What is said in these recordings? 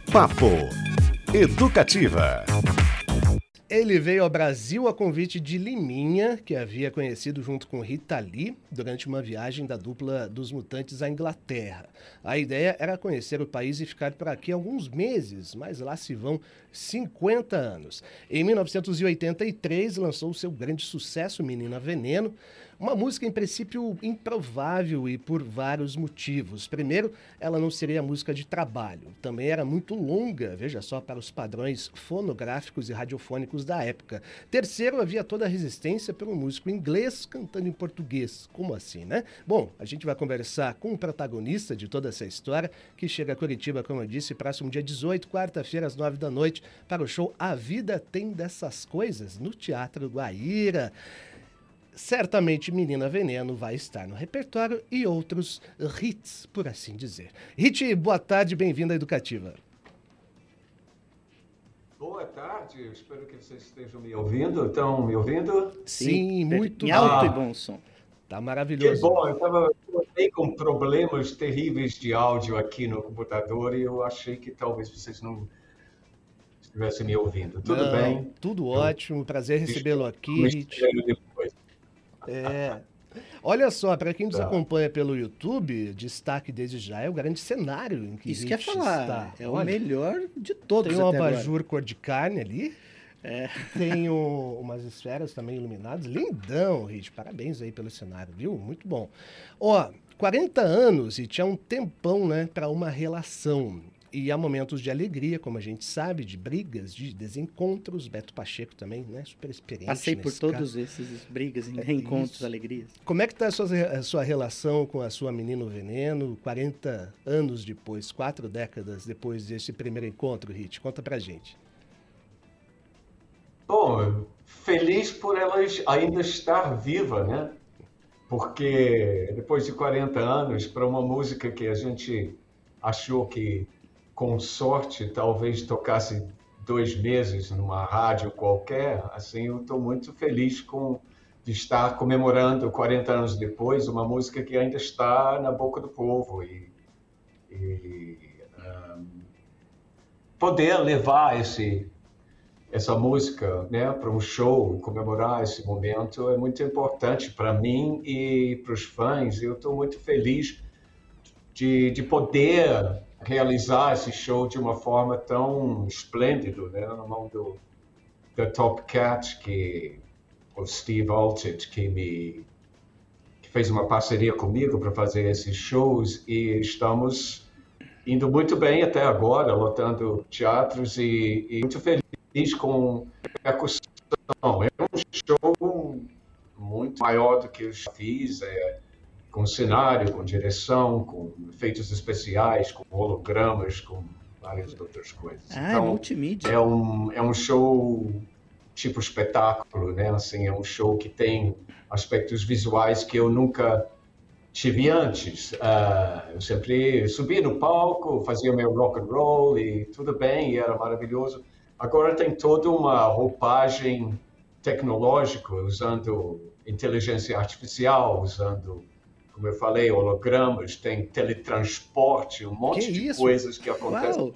Papo Educativa. Ele veio ao Brasil a convite de Liminha, que havia conhecido junto com Rita Lee durante uma viagem da dupla dos Mutantes à Inglaterra. A ideia era conhecer o país e ficar por aqui alguns meses, mas lá se vão 50 anos. Em 1983, lançou o seu grande sucesso, Menina Veneno, uma música, em princípio, improvável e por vários motivos. Primeiro, ela não seria música de trabalho. Também era muito longa, veja só, para os padrões fonográficos e radiofônicos da época. Terceiro, havia toda a resistência pelo músico inglês cantando em português. Como assim, né? Bom, a gente vai conversar com o protagonista de toda essa história, que chega a Curitiba, como eu disse, próximo dia 18, quarta-feira, às 9 da noite, para o show A Vida Tem Dessas Coisas, no Teatro Guaíra. Certamente Menina Veneno vai estar no repertório e outros hits, por assim dizer. Rit, boa tarde, bem-vinda à Educativa. Boa tarde, eu espero que vocês estejam me ouvindo. Estão me ouvindo? Sim, muito em alto e bom som. Tá maravilhoso. Que bom, eu estava com problemas terríveis de áudio aqui no computador e eu achei que talvez vocês não estivessem me ouvindo. Tudo bem? Tudo ótimo, prazer recebê-lo aqui, Rit. Olha só, para quem nos acompanha pelo YouTube, destaque desde já é o grande cenário em que isso que eu ia falar, está. É o melhor de todos. Tem um até abajur agora. Cor de carne ali. Tem umas esferas também iluminadas. Lindão, Rit. Parabéns aí pelo cenário, viu? Muito bom. 40 anos e tinha um tempão, né, para uma relação. E há momentos de alegria, como a gente sabe, de brigas, de desencontros. Beto Pacheco também, né? Super experiente. Passei por todos caso. esses brigas, reencontros, isso. Alegrias. Como é que está a sua relação com a sua Menina Veneno, 40 anos depois, 4 décadas depois desse primeiro encontro, Rit? Conta pra gente. Bom, feliz por ela ainda estar viva, né? Porque depois de 40 anos, para uma música que a gente achou que com sorte, talvez tocasse 2 meses numa rádio qualquer, assim, eu estou muito feliz de estar comemorando 40 anos depois uma música que ainda está na boca do povo e poder levar essa música, né, para um show e comemorar esse momento é muito importante para mim e para os fãs. Eu estou muito feliz de poder realizar esse show de uma forma tão esplêndida, né? Na mão da Top Cat, o Steve Alted, que fez uma parceria comigo para fazer esses shows e estamos indo muito bem até agora, lotando teatros e muito feliz com a percussão. É um show muito maior do que eu já fiz, com cenário, com direção, com efeitos especiais, com hologramas, com várias outras coisas. Então, é multimídia. É um show tipo espetáculo, né? Assim, é um show que tem aspectos visuais que eu nunca tive antes. Eu sempre subia no palco, fazia meu rock and roll e tudo bem, e era maravilhoso. Agora tem toda uma roupagem tecnológica, usando inteligência artificial, usando, como eu falei, hologramas, tem teletransporte, um monte de coisas que acontecem.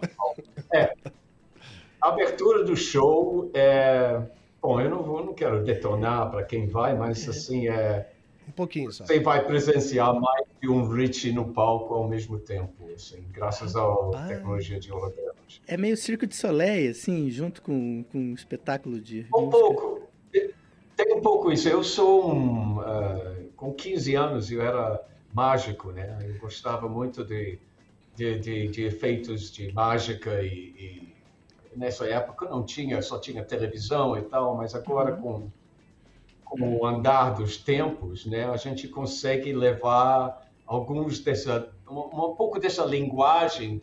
A abertura do show bom, eu não quero detonar para quem vai, mas assim, um pouquinho só. Você vai presenciar mais de um Ritchie no palco ao mesmo tempo, assim, graças à tecnologia de hologramas. É meio Circo de Soleil, assim, junto com um espetáculo de Um música. pouco. Tem um pouco isso. Eu sou com 15 anos eu era mágico, né? Eu gostava muito de efeitos de mágica e nessa época só tinha televisão e tal, mas agora com o andar dos tempos, né, a gente consegue levar um pouco dessa linguagem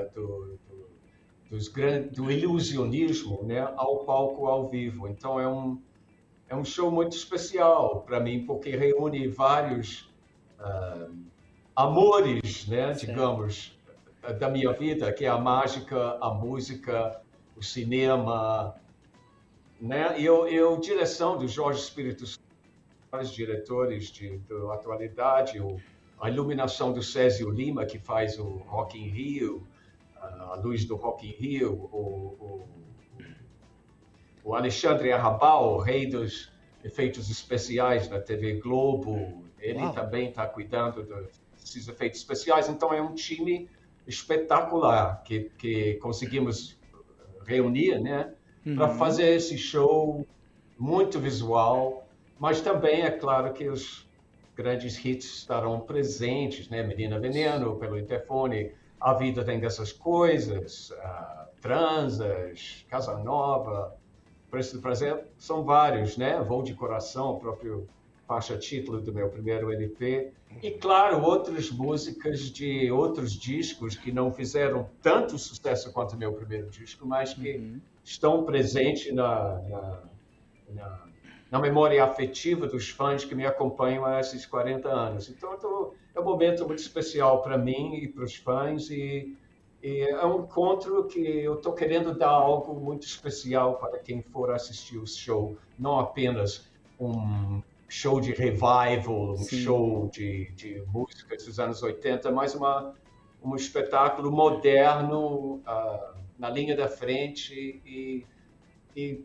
do ilusionismo, né, ao palco ao vivo. Então é um show muito especial para mim, porque reúne vários amores, né, digamos, da minha vida, que é a mágica, a música, o cinema, né? E direção do Jorge Espírito Santo, vários diretores da atualidade, a iluminação do Césio Lima, que faz o Rock in Rio, a luz do Rock in Rio, o Alexandre Arrabal, o rei dos efeitos especiais na TV Globo, ele também está cuidando desses efeitos especiais. Então é um time espetacular que conseguimos reunir, né, para fazer esse show muito visual, mas também é claro que os grandes hits estarão presentes, né? Menina Veneno, Pelo Interfone, A Vida Tem Dessas Coisas, Transas, Casa Nova, Preço do Prazer, são vários, né? Voo de Coração, o próprio faixa título do meu primeiro LP. E, claro, outras músicas de outros discos que não fizeram tanto sucesso quanto o meu primeiro disco, mas que estão presentes na memória afetiva dos fãs que me acompanham há esses 40 anos. Então, é um momento muito especial para mim e para os fãs, e é um encontro que eu estou querendo dar algo muito especial para quem for assistir o show, não apenas um show de revival, um show de músicas dos anos 80, mas um espetáculo moderno na linha da frente e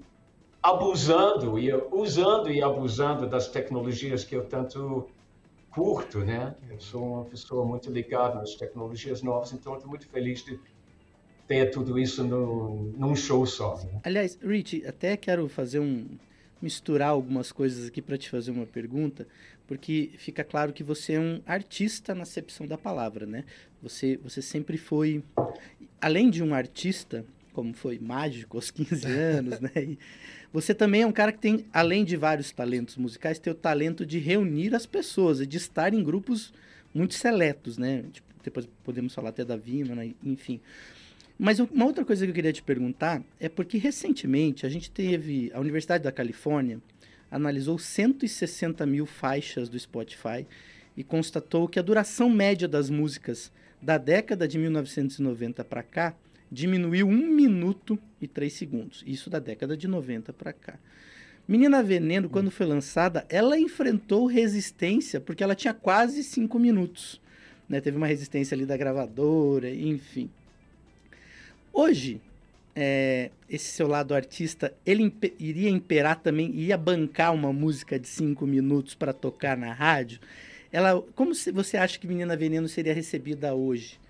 usando e abusando das tecnologias que eu tanto curto, né? Eu sou uma pessoa muito ligada nas tecnologias novas, então estou muito feliz de ter tudo isso num show só. Né? Aliás, Rich, até quero fazer misturar algumas coisas aqui para te fazer uma pergunta, porque fica claro que você é um artista na acepção da palavra, né? Você sempre foi, além de um artista, como foi mágico aos 15 anos, né? E você também é um cara que tem, além de vários talentos musicais, tem o talento de reunir as pessoas e de estar em grupos muito seletos, né? Tipo, depois podemos falar até da Vima, né? Enfim. Mas uma outra coisa que eu queria te perguntar é porque recentemente a Universidade da Califórnia analisou 160 mil faixas do Spotify e constatou que a duração média das músicas da década de 1990 para cá diminuiu 1 minuto e 3 segundos. Isso da década de 90 para cá. Menina Veneno, quando foi lançada, ela enfrentou resistência porque ela tinha quase 5 minutos. Né? Teve uma resistência ali da gravadora, enfim. Hoje, esse seu lado artista, ele iria imperar também, iria bancar uma música de 5 minutos para tocar na rádio? Como você acha que Menina Veneno seria recebida hoje?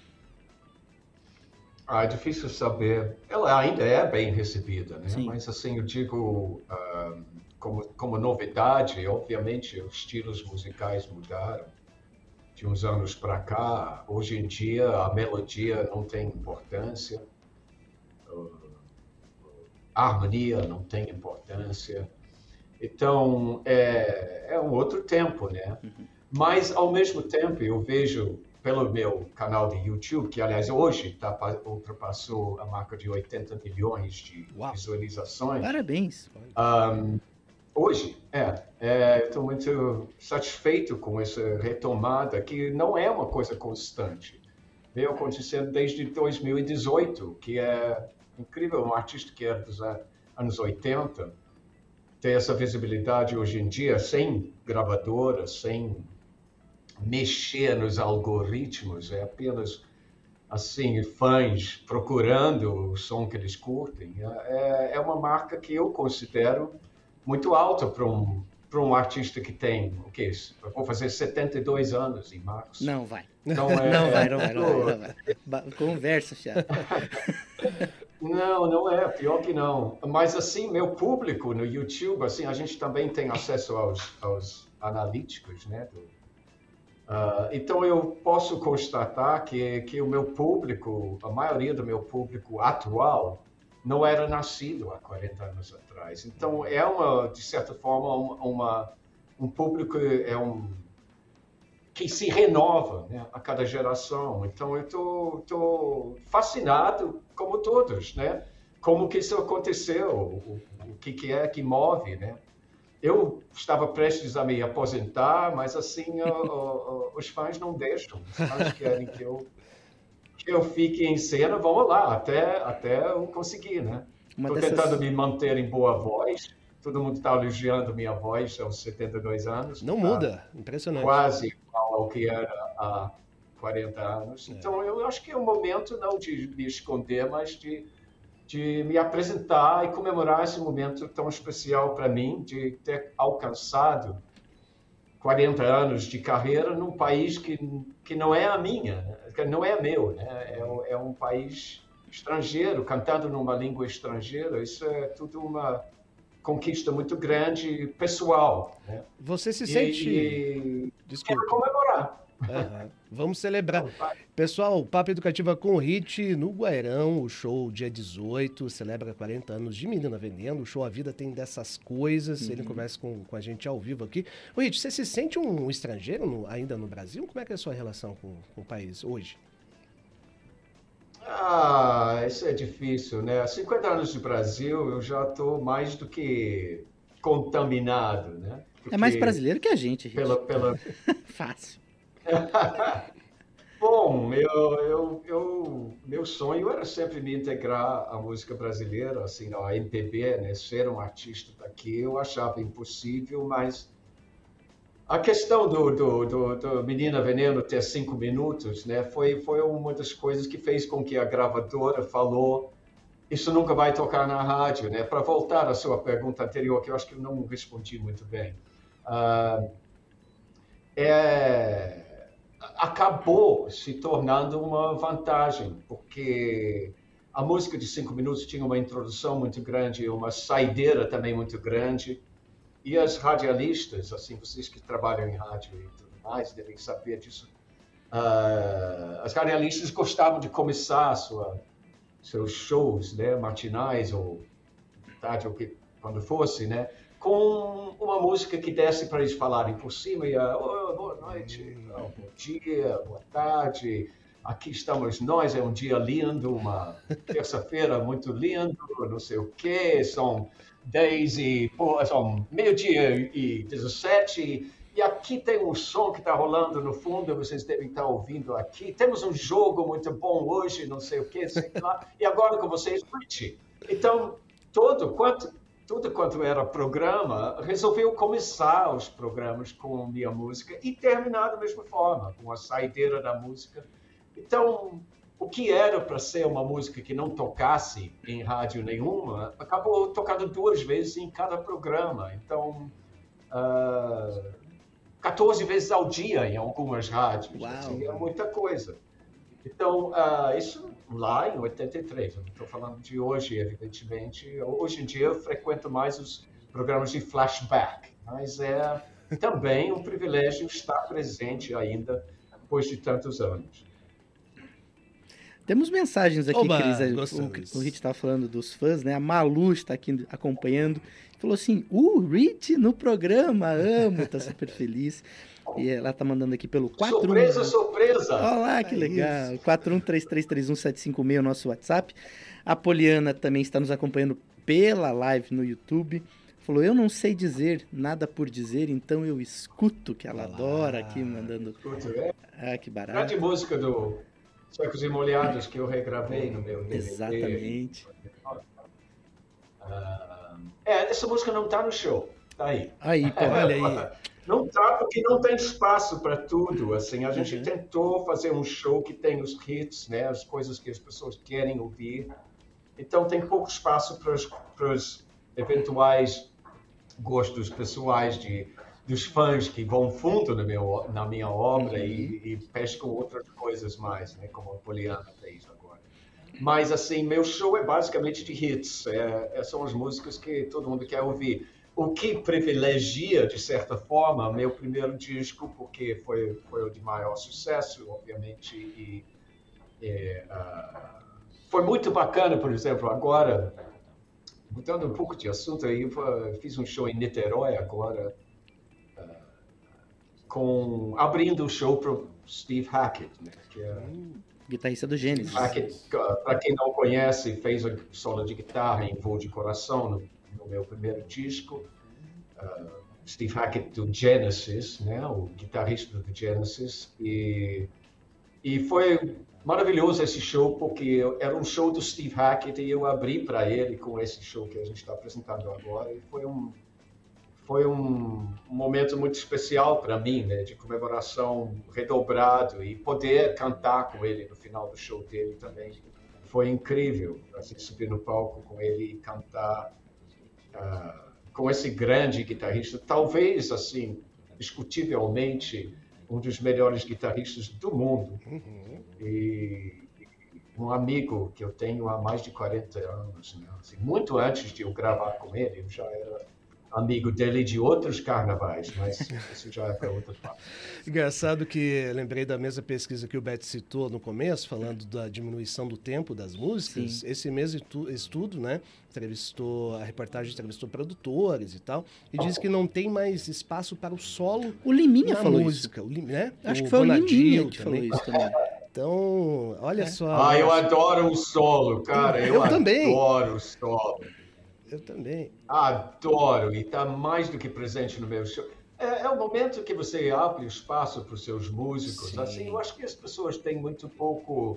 É difícil saber. Ela ainda é bem recebida, né? Sim. Mas assim, eu digo, como novidade, obviamente os estilos musicais mudaram de uns anos para cá. Hoje em dia a melodia não tem importância, a harmonia não tem importância. Então é um outro tempo, né? Mas ao mesmo tempo eu vejo pelo meu canal de YouTube, que aliás hoje ultrapassou a marca de 80 milhões de visualizações. Parabéns! Hoje, estou muito satisfeito com essa retomada, que não é uma coisa constante. Veio acontecendo desde 2018, que é incrível, um artista que é dos anos 80, ter essa visibilidade hoje em dia, sem gravadora, sem mexer nos algoritmos, é apenas assim, fãs procurando o som que eles curtem. É uma marca que eu considero muito alta para um artista que tem, o que é isso? Eu vou fazer 72 anos em março. Não vai. Então, não vai. Conversa, Thiago. Não é, pior que não. Mas assim, meu público no YouTube, assim, a gente também tem acesso aos analíticos, né? Então eu posso constatar que o meu público, a maioria do meu público atual, não era nascido há 40 anos atrás. Então de certa forma, um público que se renova, né, a cada geração. Então eu tô fascinado, como todos, né? Como que isso aconteceu, o que é que move, né? Eu estava prestes a me aposentar, mas assim, os fãs não deixam. Os fãs querem que eu fique em cena, vamos lá, até eu conseguir, né? Estou tentando me manter em boa voz. Todo mundo está elogiando minha voz aos 72 anos. Não muda, impressionante. Quase igual ao que era há 40 anos. Então, eu acho que é um momento não de me esconder, mas de me apresentar e comemorar esse momento tão especial para mim, de ter alcançado 40 anos de carreira num país que não é a minha, que não é meu, né? É um país estrangeiro, cantando numa língua estrangeira. Isso é tudo uma conquista muito grande, pessoal, né? Você se sente... Desculpa. Quero comemorar. Vamos celebrar. Pessoal, Papo Educativa com Hit no Guairão, o show dia 18, celebra 40 anos de Menina Veneno. O show A Vida Tem Dessas Coisas. Ele conversa com a gente ao vivo aqui. O Hit, você se sente um estrangeiro ainda no Brasil? Como é que é a sua relação com o país hoje? Isso é difícil, né? Há 50 anos de Brasil, eu já estou mais do que contaminado, né? É mais brasileiro que a gente, Hit. Fácil. Bom, meu sonho era sempre me integrar à música brasileira, assim, à MPB, né? Ser um artista daqui, eu achava impossível, mas a questão do Menina Veneno ter 5 minutos, né? Foi uma das coisas que fez com que a gravadora falou: isso nunca vai tocar na rádio, né? Para voltar à sua pergunta anterior, que eu acho que eu não respondi muito bem. Acabou se tornando uma vantagem, porque a música de 5 minutos tinha uma introdução muito grande, uma saideira também muito grande, e as radialistas, assim, vocês que trabalham em rádio e tudo mais, devem saber disso, as radialistas gostavam de começar seus shows, né, matinais ou tarde, ou quando fosse, né, com uma música que desse para eles falarem por cima, e boa noite, bom dia, boa tarde, aqui estamos nós, é um dia lindo, uma terça-feira muito lindo, não sei o quê, são meio-dia e 17, e aqui tem um som que está rolando no fundo, vocês devem estar ouvindo aqui, temos um jogo muito bom hoje, não sei o quê, sei lá, e agora com vocês, Rich. Então, tudo quanto era programa, resolveu começar os programas com minha música e terminar da mesma forma, com a saideira da música. Então, o que era para ser uma música que não tocasse em rádio nenhuma, acabou tocando 2 vezes em cada programa. Então, 14 vezes ao dia em algumas rádios. Assim, é muita coisa. Então, isso lá em 83, eu não estou falando de hoje, evidentemente. Hoje em dia eu frequento mais os programas de flashback, mas é também um privilégio estar presente ainda depois de tantos anos. Temos mensagens aqui, Cris. O Hit estava falando dos fãs, né? A Malu está aqui acompanhando. Falou assim, Hit no programa, amo, tá super feliz. E ela tá mandando aqui pelo 41... Surpresa! Olá, que legal. 4133317756, nosso WhatsApp. A Poliana também está nos acompanhando pela live no YouTube. Falou, eu não sei dizer nada por dizer, então eu escuto, que ela adora aqui, mandando... Escuto, que barato. Grande música do Secos e Molhados que eu regravei no meu DVD. Exatamente. Essa música não tá no show. Tá aí. Aí, pô, olha aí. Não tá, porque não tem espaço para tudo. Assim, a gente tentou fazer um show que tem os hits, né, as coisas que as pessoas querem ouvir. Então tem pouco espaço para os eventuais gostos pessoais dos fãs que vão fundo na minha obra e pescam outras coisas mais, né, como a Poliana fez agora. Mas assim, meu show é basicamente de hits. São as músicas que todo mundo quer ouvir. O que privilegia, de certa forma, meu primeiro disco, porque foi o de maior sucesso, obviamente, e foi muito bacana, por exemplo, agora, mudando um pouco de assunto, eu fiz um show em Niterói agora, abrindo o show para o Steve Hackett, né, que é guitarrista do Genesis. Hackett, para quem não conhece, fez a solo de guitarra em Voo de Coração, no meu primeiro disco, Steve Hackett do Genesis, né, o guitarrista do Genesis, e foi maravilhoso esse show, porque era um show do Steve Hackett e eu abri para ele com esse show que a gente está apresentando agora, e foi foi um momento muito especial para mim, né, de comemoração redobrado, e poder cantar com ele no final do show dele também foi incrível, assim, subir no palco com ele e cantar com esse grande guitarrista, talvez, assim, discutivelmente, um dos melhores guitarristas do mundo. E um amigo que eu tenho há mais de 40 anos, né? Assim, muito antes de eu gravar com ele, eu já era amigo dele de outros carnavais, mas isso já é para outra parte. Engraçado que lembrei da mesma pesquisa que o Beto citou no começo, falando da diminuição do tempo das músicas. Sim. Esse mesmo estudo, né, a reportagem entrevistou produtores e tal, e diz que não tem mais espaço para o solo O Liminha na falou música. isso. Né? Acho que foi o Liminha Bonadil que falou também. isso também. Então, olha só. Eu adoro o solo, cara. Eu também. adoro o solo. Eu também. Adoro, e está mais do que presente no meu show. É o momento que você abre espaço para os seus músicos. Sim. Assim, eu acho que as pessoas têm muito pouco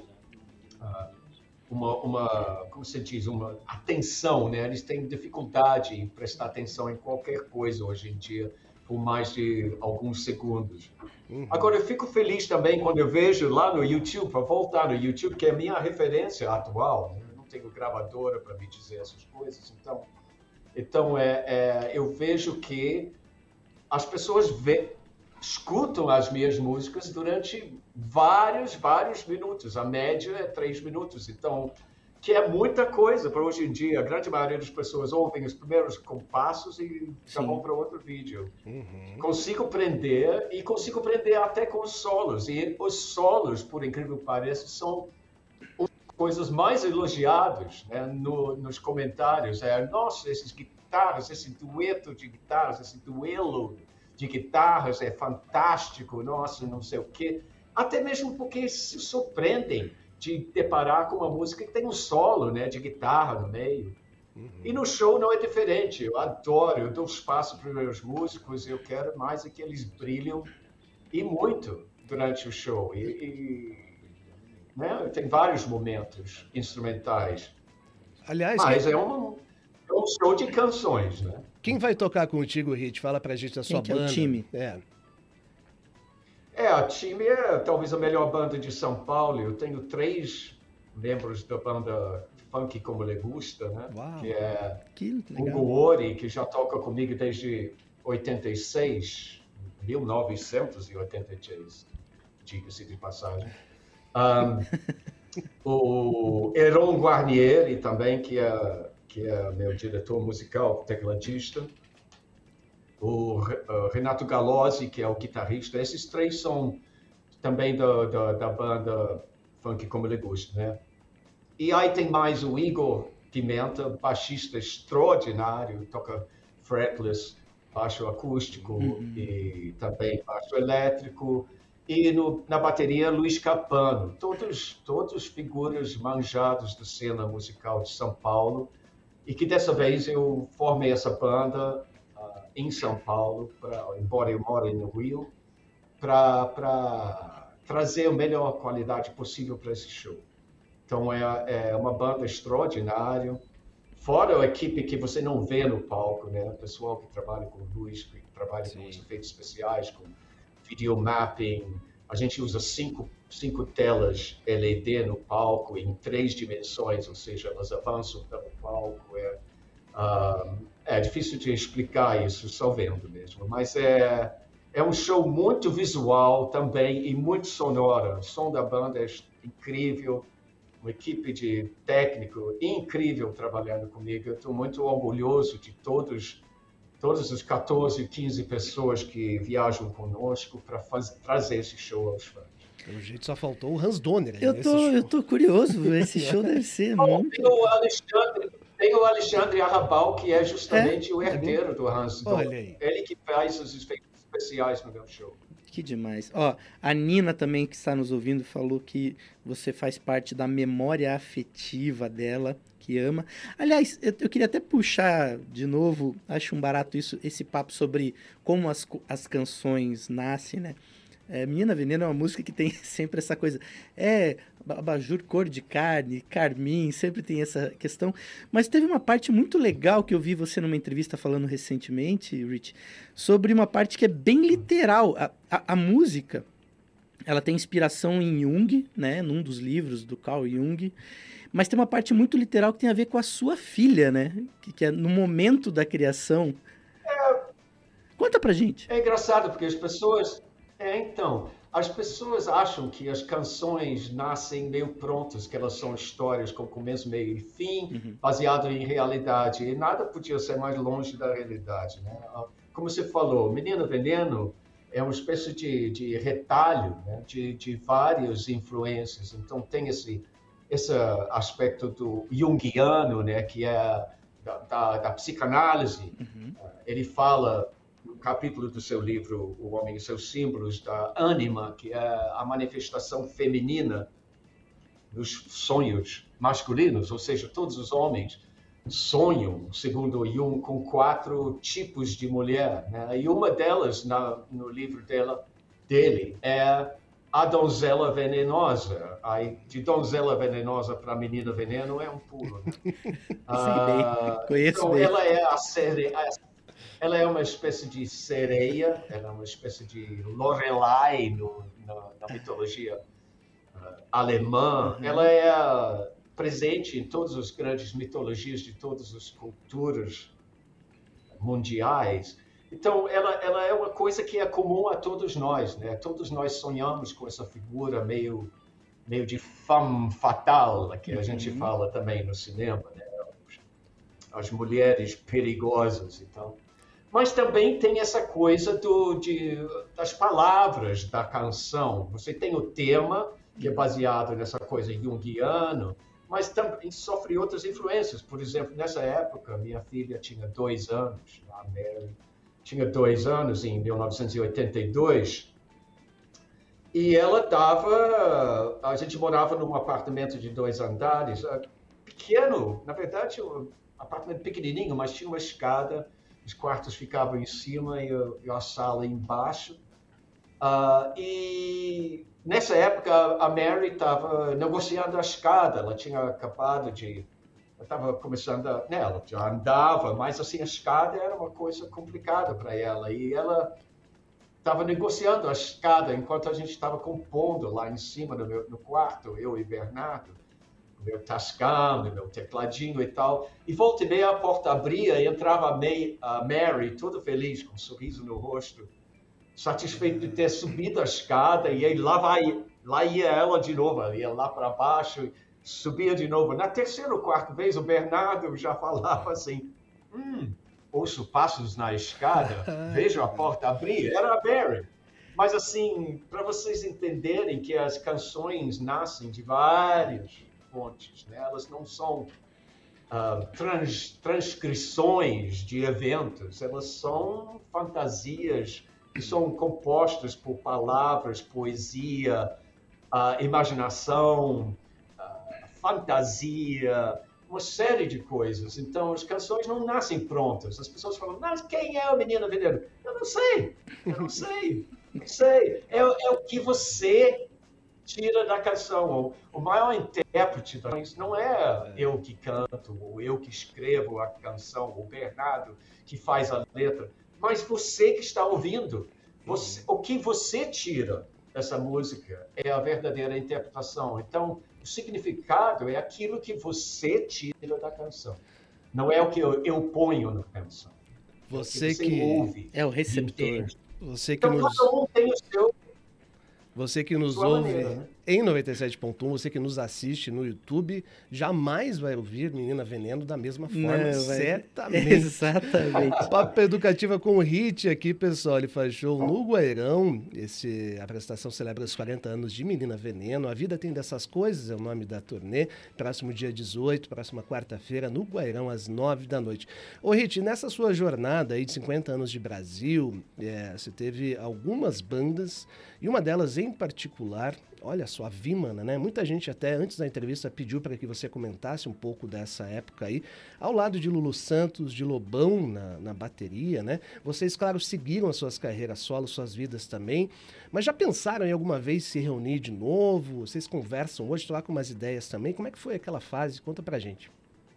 como se diz, uma atenção, né? Eles têm dificuldade em prestar atenção em qualquer coisa hoje em dia por mais de alguns segundos. Agora, eu fico feliz também quando eu vejo lá no YouTube, para voltar no YouTube, que é a minha referência atual, né? Tenho gravadora para me dizer essas coisas, então eu vejo que as pessoas escutam as minhas músicas durante vários minutos, a média é 3 minutos, então, que é muita coisa para hoje em dia. A grande maioria das pessoas ouvem os primeiros compassos e já vão para outro vídeo. Consigo prender até com os solos, e os solos, por incrível que pareça, são coisas mais elogiadas, né, nos comentários. Nossa, essas guitarras, esse dueto de guitarras, esse duelo de guitarras é fantástico, nossa, não sei o quê. Até mesmo porque se surpreendem de deparar com uma música que tem um solo, né, de guitarra no meio. E no show não é diferente. Eu adoro, eu dou espaço para os meus músicos, eu quero mais é que eles brilhem, e muito, durante o show. Né? Tem vários momentos instrumentais. Aliás, mas é um show de canções, né? Quem vai tocar contigo, Rit? Fala pra gente da sua banda. É o time? A time é talvez a melhor banda de São Paulo. Eu tenho 3 membros da banda Funk Como Le Gusta, né? Uau. Que é legal. Hugo Ori, que já toca comigo desde 1986, diga-se de passagem. O Heron Guarnieri também, que é meu diretor musical, tecladista. O Renato Galozzi, que é o guitarrista. Esses 3 são também da banda Funk Como Le Gusta, né? E aí tem mais o Igor Pimenta, baixista extraordinário, toca fretless, baixo acústico e também baixo elétrico. E na bateria, Luiz Capano, todos figuras manjadas da cena musical de São Paulo, e que dessa vez eu formei essa banda em São Paulo, embora eu more no Rio, para trazer a melhor qualidade possível para esse show. Então é uma banda extraordinária, fora a equipe que você não vê no palco, né? O pessoal que trabalha com luz, que trabalha com os efeitos especiais, com video mapping. A gente usa 5 telas LED no palco em 3 dimensões, ou seja, elas avançam pelo palco. É difícil de explicar isso só vendo mesmo, mas é um show muito visual também e muito sonoro. O som da banda é incrível, uma equipe de técnico incrível trabalhando comigo. Eu estou muito orgulhoso de todos as 14, 15 pessoas que viajam conosco para trazer esse show aos fãs. Pelo jeito só faltou o Hans Donner. Eu tô curioso, esse show deve ser muito... Tem o Alexandre Arrabal, que é justamente o herdeiro do Hans Donner. Olha aí. Ele que faz os efeitos especiais no meu show. Que demais. A Nina também, que está nos ouvindo, falou que você faz parte da memória afetiva dela, que ama. Aliás, eu queria até puxar de novo, acho um barato esse papo sobre como as canções nascem, né? Menina Veneno é uma música que tem sempre essa coisa. abajur cor de carne, carmim, sempre tem essa questão. Mas teve uma parte muito legal que eu vi você numa entrevista falando recentemente, Rich, sobre uma parte que é bem literal. A música, ela tem inspiração em Jung, né, num dos livros do Carl Jung, mas tem uma parte muito literal que tem a ver com a sua filha, né, que é no momento da criação. Conta pra gente. É engraçado, porque as pessoas acham que as canções nascem meio prontas, que elas são histórias com começo, meio e fim, baseado em realidade. E nada podia ser mais longe da realidade, né? Como você falou, Menina Veneno é uma espécie de retalho, né? de várias influências. Então tem esse aspecto do junguiano, né? Que é da psicanálise. Ele fala no capítulo do seu livro O Homem e seus Símbolos, da ânima, que é a manifestação feminina dos sonhos masculinos, ou seja, todos os homens sonham, segundo Jung, com 4 tipos de mulher, né? E uma delas, no livro dele, é a donzela venenosa. Aí, de donzela venenosa para menina veneno é um pulo, né? Conheço então, bem. ela é uma espécie de sereia, ela é uma espécie de Lorelai na mitologia alemã. Ela é presente em todas as grandes mitologias de todas as culturas mundiais. Então, ela é uma coisa que é comum a todos nós, né? Todos nós sonhamos com essa figura meio de femme fatale, que a gente fala também no cinema, né? As mulheres perigosas, então. Mas também tem essa coisa das palavras da canção. Você tem o tema, que é baseado nessa coisa junguiana, mas também sofre outras influências. Por exemplo, nessa época, minha filha tinha 2 anos, a Mary tinha 2 anos, em 1982, e a gente morava num apartamento de 2 andares, pequeno, na verdade, um apartamento pequenininho, mas tinha uma escada. Os quartos ficavam em cima e a sala embaixo. E nessa época a Mary estava negociando a escada. Ela tinha acabado ela estava começando ela já andava, mas assim a escada era uma coisa complicada para ela. E ela estava negociando a escada enquanto a gente estava compondo lá em cima no quarto, eu e Bernardo. Meu Tascam, meu tecladinho e tal. E volta e meia a porta abria e entrava a Mary, toda feliz, com um sorriso no rosto, satisfeito de ter subido a escada. E aí lá ia ela de novo, ela ia lá para baixo, subia de novo. Na terceira ou quarta vez, o Bernardo já falava assim, ouço passos na escada, vejo a porta abrir. Era a Mary. Mas assim, para vocês entenderem que as canções nascem de vários fontes, né? Elas não são transcrições de eventos, elas são fantasias que são compostas por palavras, poesia, imaginação, fantasia, uma série de coisas. Então, as canções não nascem prontas. As pessoas falam, mas quem é o Menina Veneno? Eu não sei. É o que você tira da canção. O maior intérprete não é eu que canto, ou eu que escrevo a canção, o Bernardo que faz a letra, mas você que está ouvindo. O que você tira dessa música é a verdadeira interpretação. Então, o significado é aquilo que você tira da canção. Não é o que eu ponho na canção. Você que ouve. É o receptor. Você que então, cada um tem o seu... Você que nos Sua ouve maneira, né? em 97.1, você que nos assiste no YouTube, jamais vai ouvir Menina Veneno da mesma forma, Não, certamente. Exatamente. Papo Educativa com o Hit aqui, pessoal. Ele faz show no Guairão. A apresentação celebra os 40 anos de Menina Veneno. A Vida Tem Dessas Coisas é o nome da turnê. Próximo dia 18, próxima quarta-feira, no Guairão, às 9 da noite. Ô, Hit, nessa sua jornada aí de 50 anos de Brasil, você teve algumas bandas, e uma delas em particular, olha só, sucesso, a Vimana, né? Muita gente até antes da entrevista pediu para que você comentasse um pouco dessa época aí, ao lado de Lulu Santos, de Lobão na bateria, né? Vocês, claro, seguiram as suas carreiras solo, suas vidas também, mas já pensaram em alguma vez se reunir de novo? Vocês conversam hoje, trocam umas ideias também? Como é que foi aquela fase? Conta pra gente.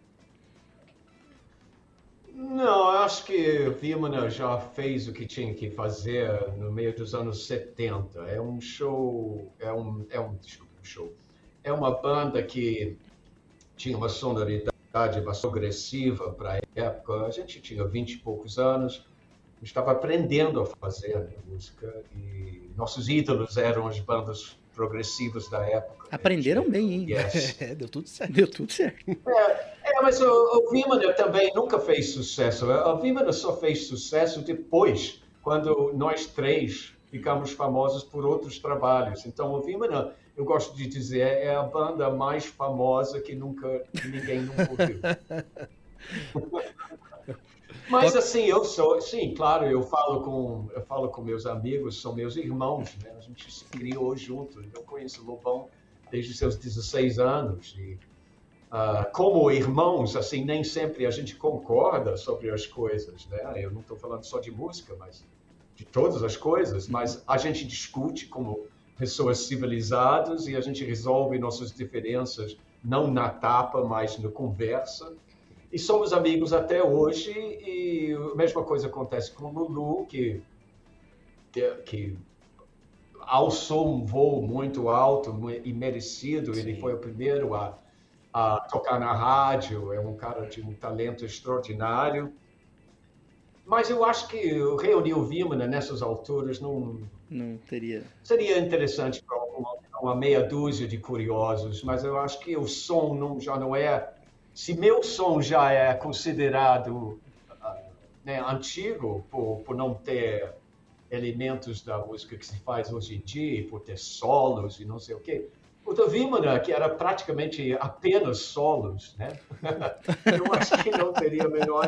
Não, acho que Vimana já fez o que tinha que fazer no meio dos anos 70. É um show, desculpa, um show. É uma banda que tinha uma sonoridade bastante agressiva para a época. A gente tinha 20 e poucos anos, estava aprendendo a fazer música e nossos ídolos eram as bandas progressivas da época. Aprenderam bem, hein? Yes. Deu tudo certo. Deu tudo certo. Mas o Vimana também nunca fez sucesso. A Vimana só fez sucesso depois, quando nós três ficamos famosos por outros trabalhos. Então, o Vimana, eu gosto de dizer, é a banda mais famosa que ninguém nunca ouviu. Mas assim, claro, eu falo com meus amigos, são meus irmãos, né? A gente se criou junto. Eu conheço o Lobão desde seus 16 anos e como irmãos, assim, nem sempre a gente concorda sobre as coisas, né? Eu não estou falando só de música, mas de todas as coisas, mas a gente discute como pessoas civilizadas e a gente resolve nossas diferenças não na tapa, mas na conversa. E somos amigos até hoje e a mesma coisa acontece com o Lulu, que alçou um voo muito alto e merecido. Sim. Ele foi o primeiro a tocar na rádio, é um cara de um talento extraordinário. Mas eu acho que reunir o Vimana nessas alturas não teria. Seria interessante para uma meia dúzia de curiosos, mas eu acho que o som já não é... Se meu som já é considerado antigo por não ter elementos da música que se faz hoje em dia, por ter solos e não sei o quê, o da Vimana, que era praticamente apenas solos, né? Eu acho que não teria menor...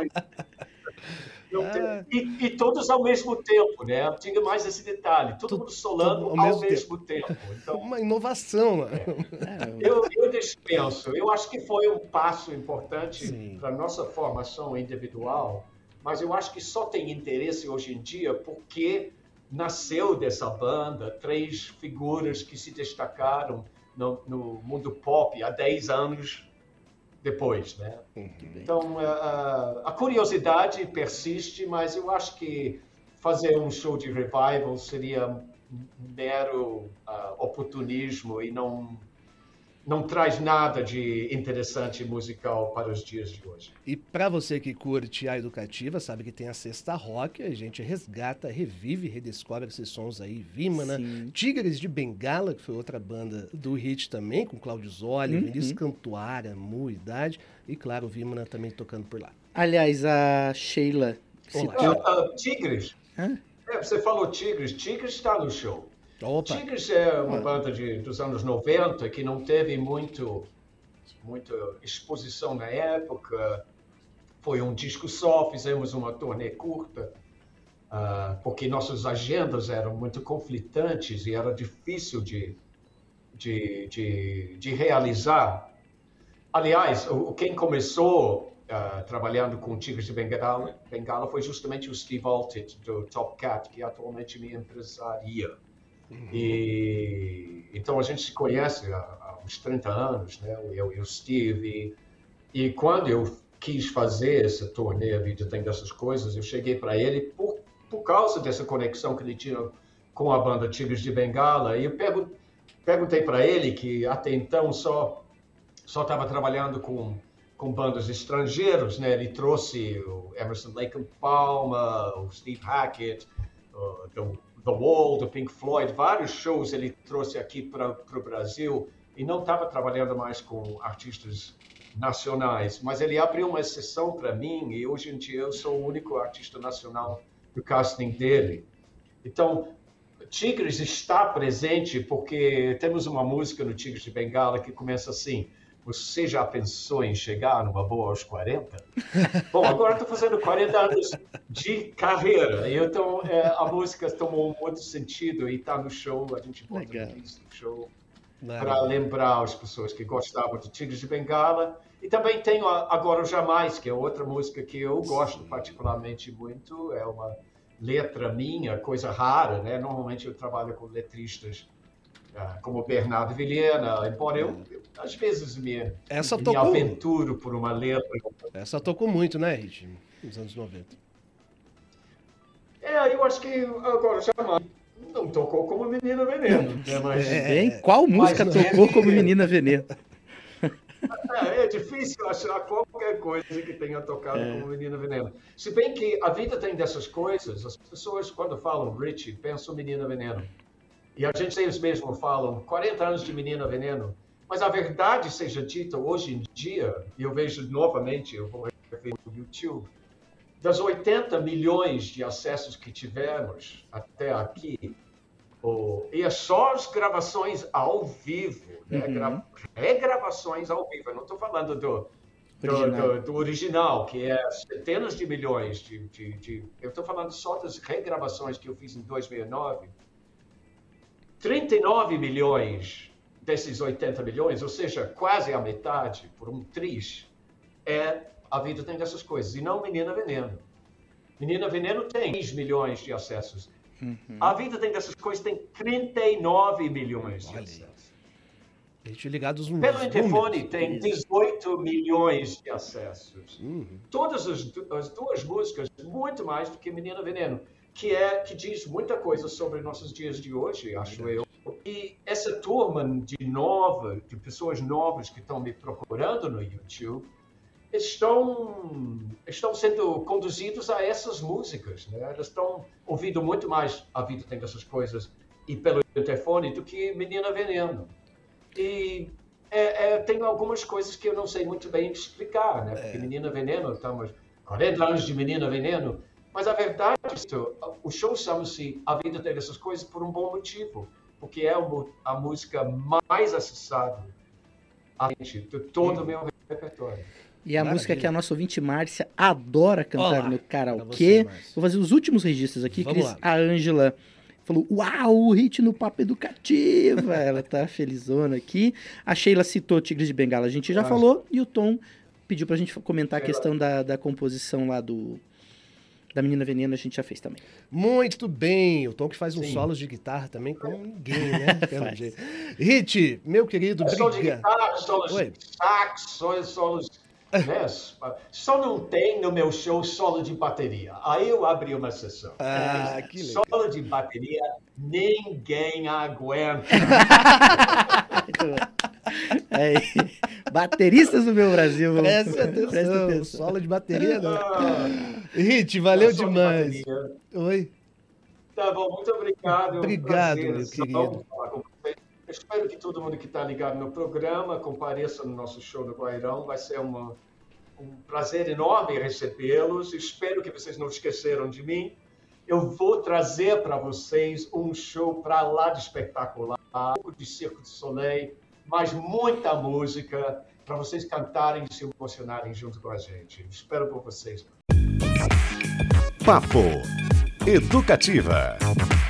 E todos ao mesmo tempo, né? Tinha mais esse detalhe, todo mundo solando ao mesmo tempo. Então, uma inovação. Eu dispenso. Eu acho que foi um passo importante para a nossa formação individual, mas eu acho que só tem interesse hoje em dia porque nasceu dessa banda 3 figuras que se destacaram no mundo pop há 10 anos depois, né? Então, a curiosidade persiste, mas eu acho que fazer um show de revival seria mero oportunismo e não traz nada de interessante musical para os dias de hoje. E para você que curte a Educativa, sabe que tem a Sexta Rock, a gente resgata, revive, redescobre esses sons aí, Vimana, Tigres de Bengala, que foi outra banda do hit também, com Cláudio Zoli, Vinícius Cantuária, Idade, e claro, o Vimana também tocando por lá. Aliás, a Sheila... Tigres? Você falou Tigres está no show. Opa. Tigres é uma banda dos anos 90 que não teve muita exposição na época. Foi um disco só, fizemos uma turnê curta, porque nossas agendas eram muito conflitantes e era difícil de realizar. Aliás, quem começou trabalhando com Tigres de Bengala foi justamente o Steve Altit, do Top Cat, que atualmente me empresaria. E então a gente se conhece há uns 30 anos, né? Eu e o Steve. E quando eu quis fazer essa turnê, a vida tem dessas coisas, eu cheguei para ele por causa dessa conexão que ele tinha com a banda Tigres de Bengala. E eu perguntei para ele, que até então só estava trabalhando com bandas estrangeiros, né? Ele trouxe o Emerson Lake and Palmer, o Steve Hackett, The Wall, do Pink Floyd, vários shows ele trouxe aqui para o Brasil e não estava trabalhando mais com artistas nacionais, mas ele abriu uma exceção para mim e hoje em dia eu sou o único artista nacional do casting dele. Então, Tigres está presente porque temos uma música no Tigres de Bengala que começa assim: você já pensou em chegar numa boa aos 40? Bom, agora estou fazendo 40 anos de carreira. E então a música tomou um outro sentido e está no show. A gente bota no show. para lembrar as pessoas que gostavam de Tigres de Bengala. E também tenho Agora ou Jamais, que é outra música que eu gosto particularmente muito. É uma letra minha, coisa rara, né? Normalmente eu trabalho com letristas como Bernardo Vilhena, embora eu às vezes me aventuro por uma letra. Essa tocou muito, né, Hit? Nos anos 90. Eu acho que Agora Jamais não tocou como Menina Veneno. Né? Mas, qual música tocou como Menina Veneno? É difícil achar qualquer coisa que tenha tocado como Menina Veneno. Se bem que a vida tem dessas coisas, as pessoas quando falam Richie, pensam Menina Veneno. E a gente, eles mesmos falam 40 anos de Menina Veneno. Mas a verdade seja dita, hoje em dia, e eu vejo novamente, eu vou referir no YouTube, das 80 milhões de acessos que tivemos até aqui, e é só as gravações ao vivo, né? Regravações ao vivo. Eu não estou falando do original, que é centenas de milhões eu estou falando só das regravações que eu fiz em 2009. 39 milhões desses 80 milhões, ou seja, quase a metade, por um triz, A Vida Tem Dessas Coisas, e não Menina Veneno. Menina Veneno tem 10 milhões de acessos. A Vida Tem Dessas Coisas tem 39 milhões de acessos. Pelo interfone tem 18 milhões de acessos. Todas as duas músicas, muito mais do que Menina Veneno, que diz muita coisa sobre nossos dias de hoje, acho eu. E essa turma de pessoas novas que estão me procurando no YouTube, estão sendo conduzidos a essas músicas, né? Elas estão ouvindo muito mais A Vida Tem Dessas Coisas e pelo interfone do que Menina Veneno. E tem algumas coisas que eu não sei muito bem explicar, né? Porque Menina Veneno, estamos 40 anos de Menina Veneno, mas a verdade é que o show chama-se A Vida Tem Dessas Coisas por um bom motivo, porque é a música mais acessada de todo o meu repertório. E a música que a nossa ouvinte Márcia adora cantar no karaokê. Vou fazer os últimos registros aqui, Cris. A Ângela falou, uau, o hit no Papo Educativa. Ela tá felizona aqui. A Sheila citou Tigres de Bengala, a gente já falou. E o Tom pediu pra gente comentar a questão da composição lá da Menina Veneno, a gente já fez também. Muito bem. O Tom que faz uns solos de guitarra também com ninguém, né? Hit, meu querido, solo de guitarra, solos de sax, solos... Né? Só não tem no meu show solo de bateria. Aí eu abri uma sessão. Que legal. Solo de bateria, ninguém aguenta. Bateristas do meu Brasil. Presta atenção. Solo de bateria, não. Hit, valeu demais. Oi. Tá bom, muito obrigado. Obrigado, meu querido. Eu espero que todo mundo que está ligado no programa compareça no nosso show do Guairão. Vai ser um prazer enorme recebê-los. Espero que vocês não esqueceram de mim. Eu vou trazer para vocês um show para lá de espetacular, um pouco de Cirque du Soleil, mas muita música para vocês cantarem e se emocionarem junto com a gente. Espero por vocês. Papo Educativa.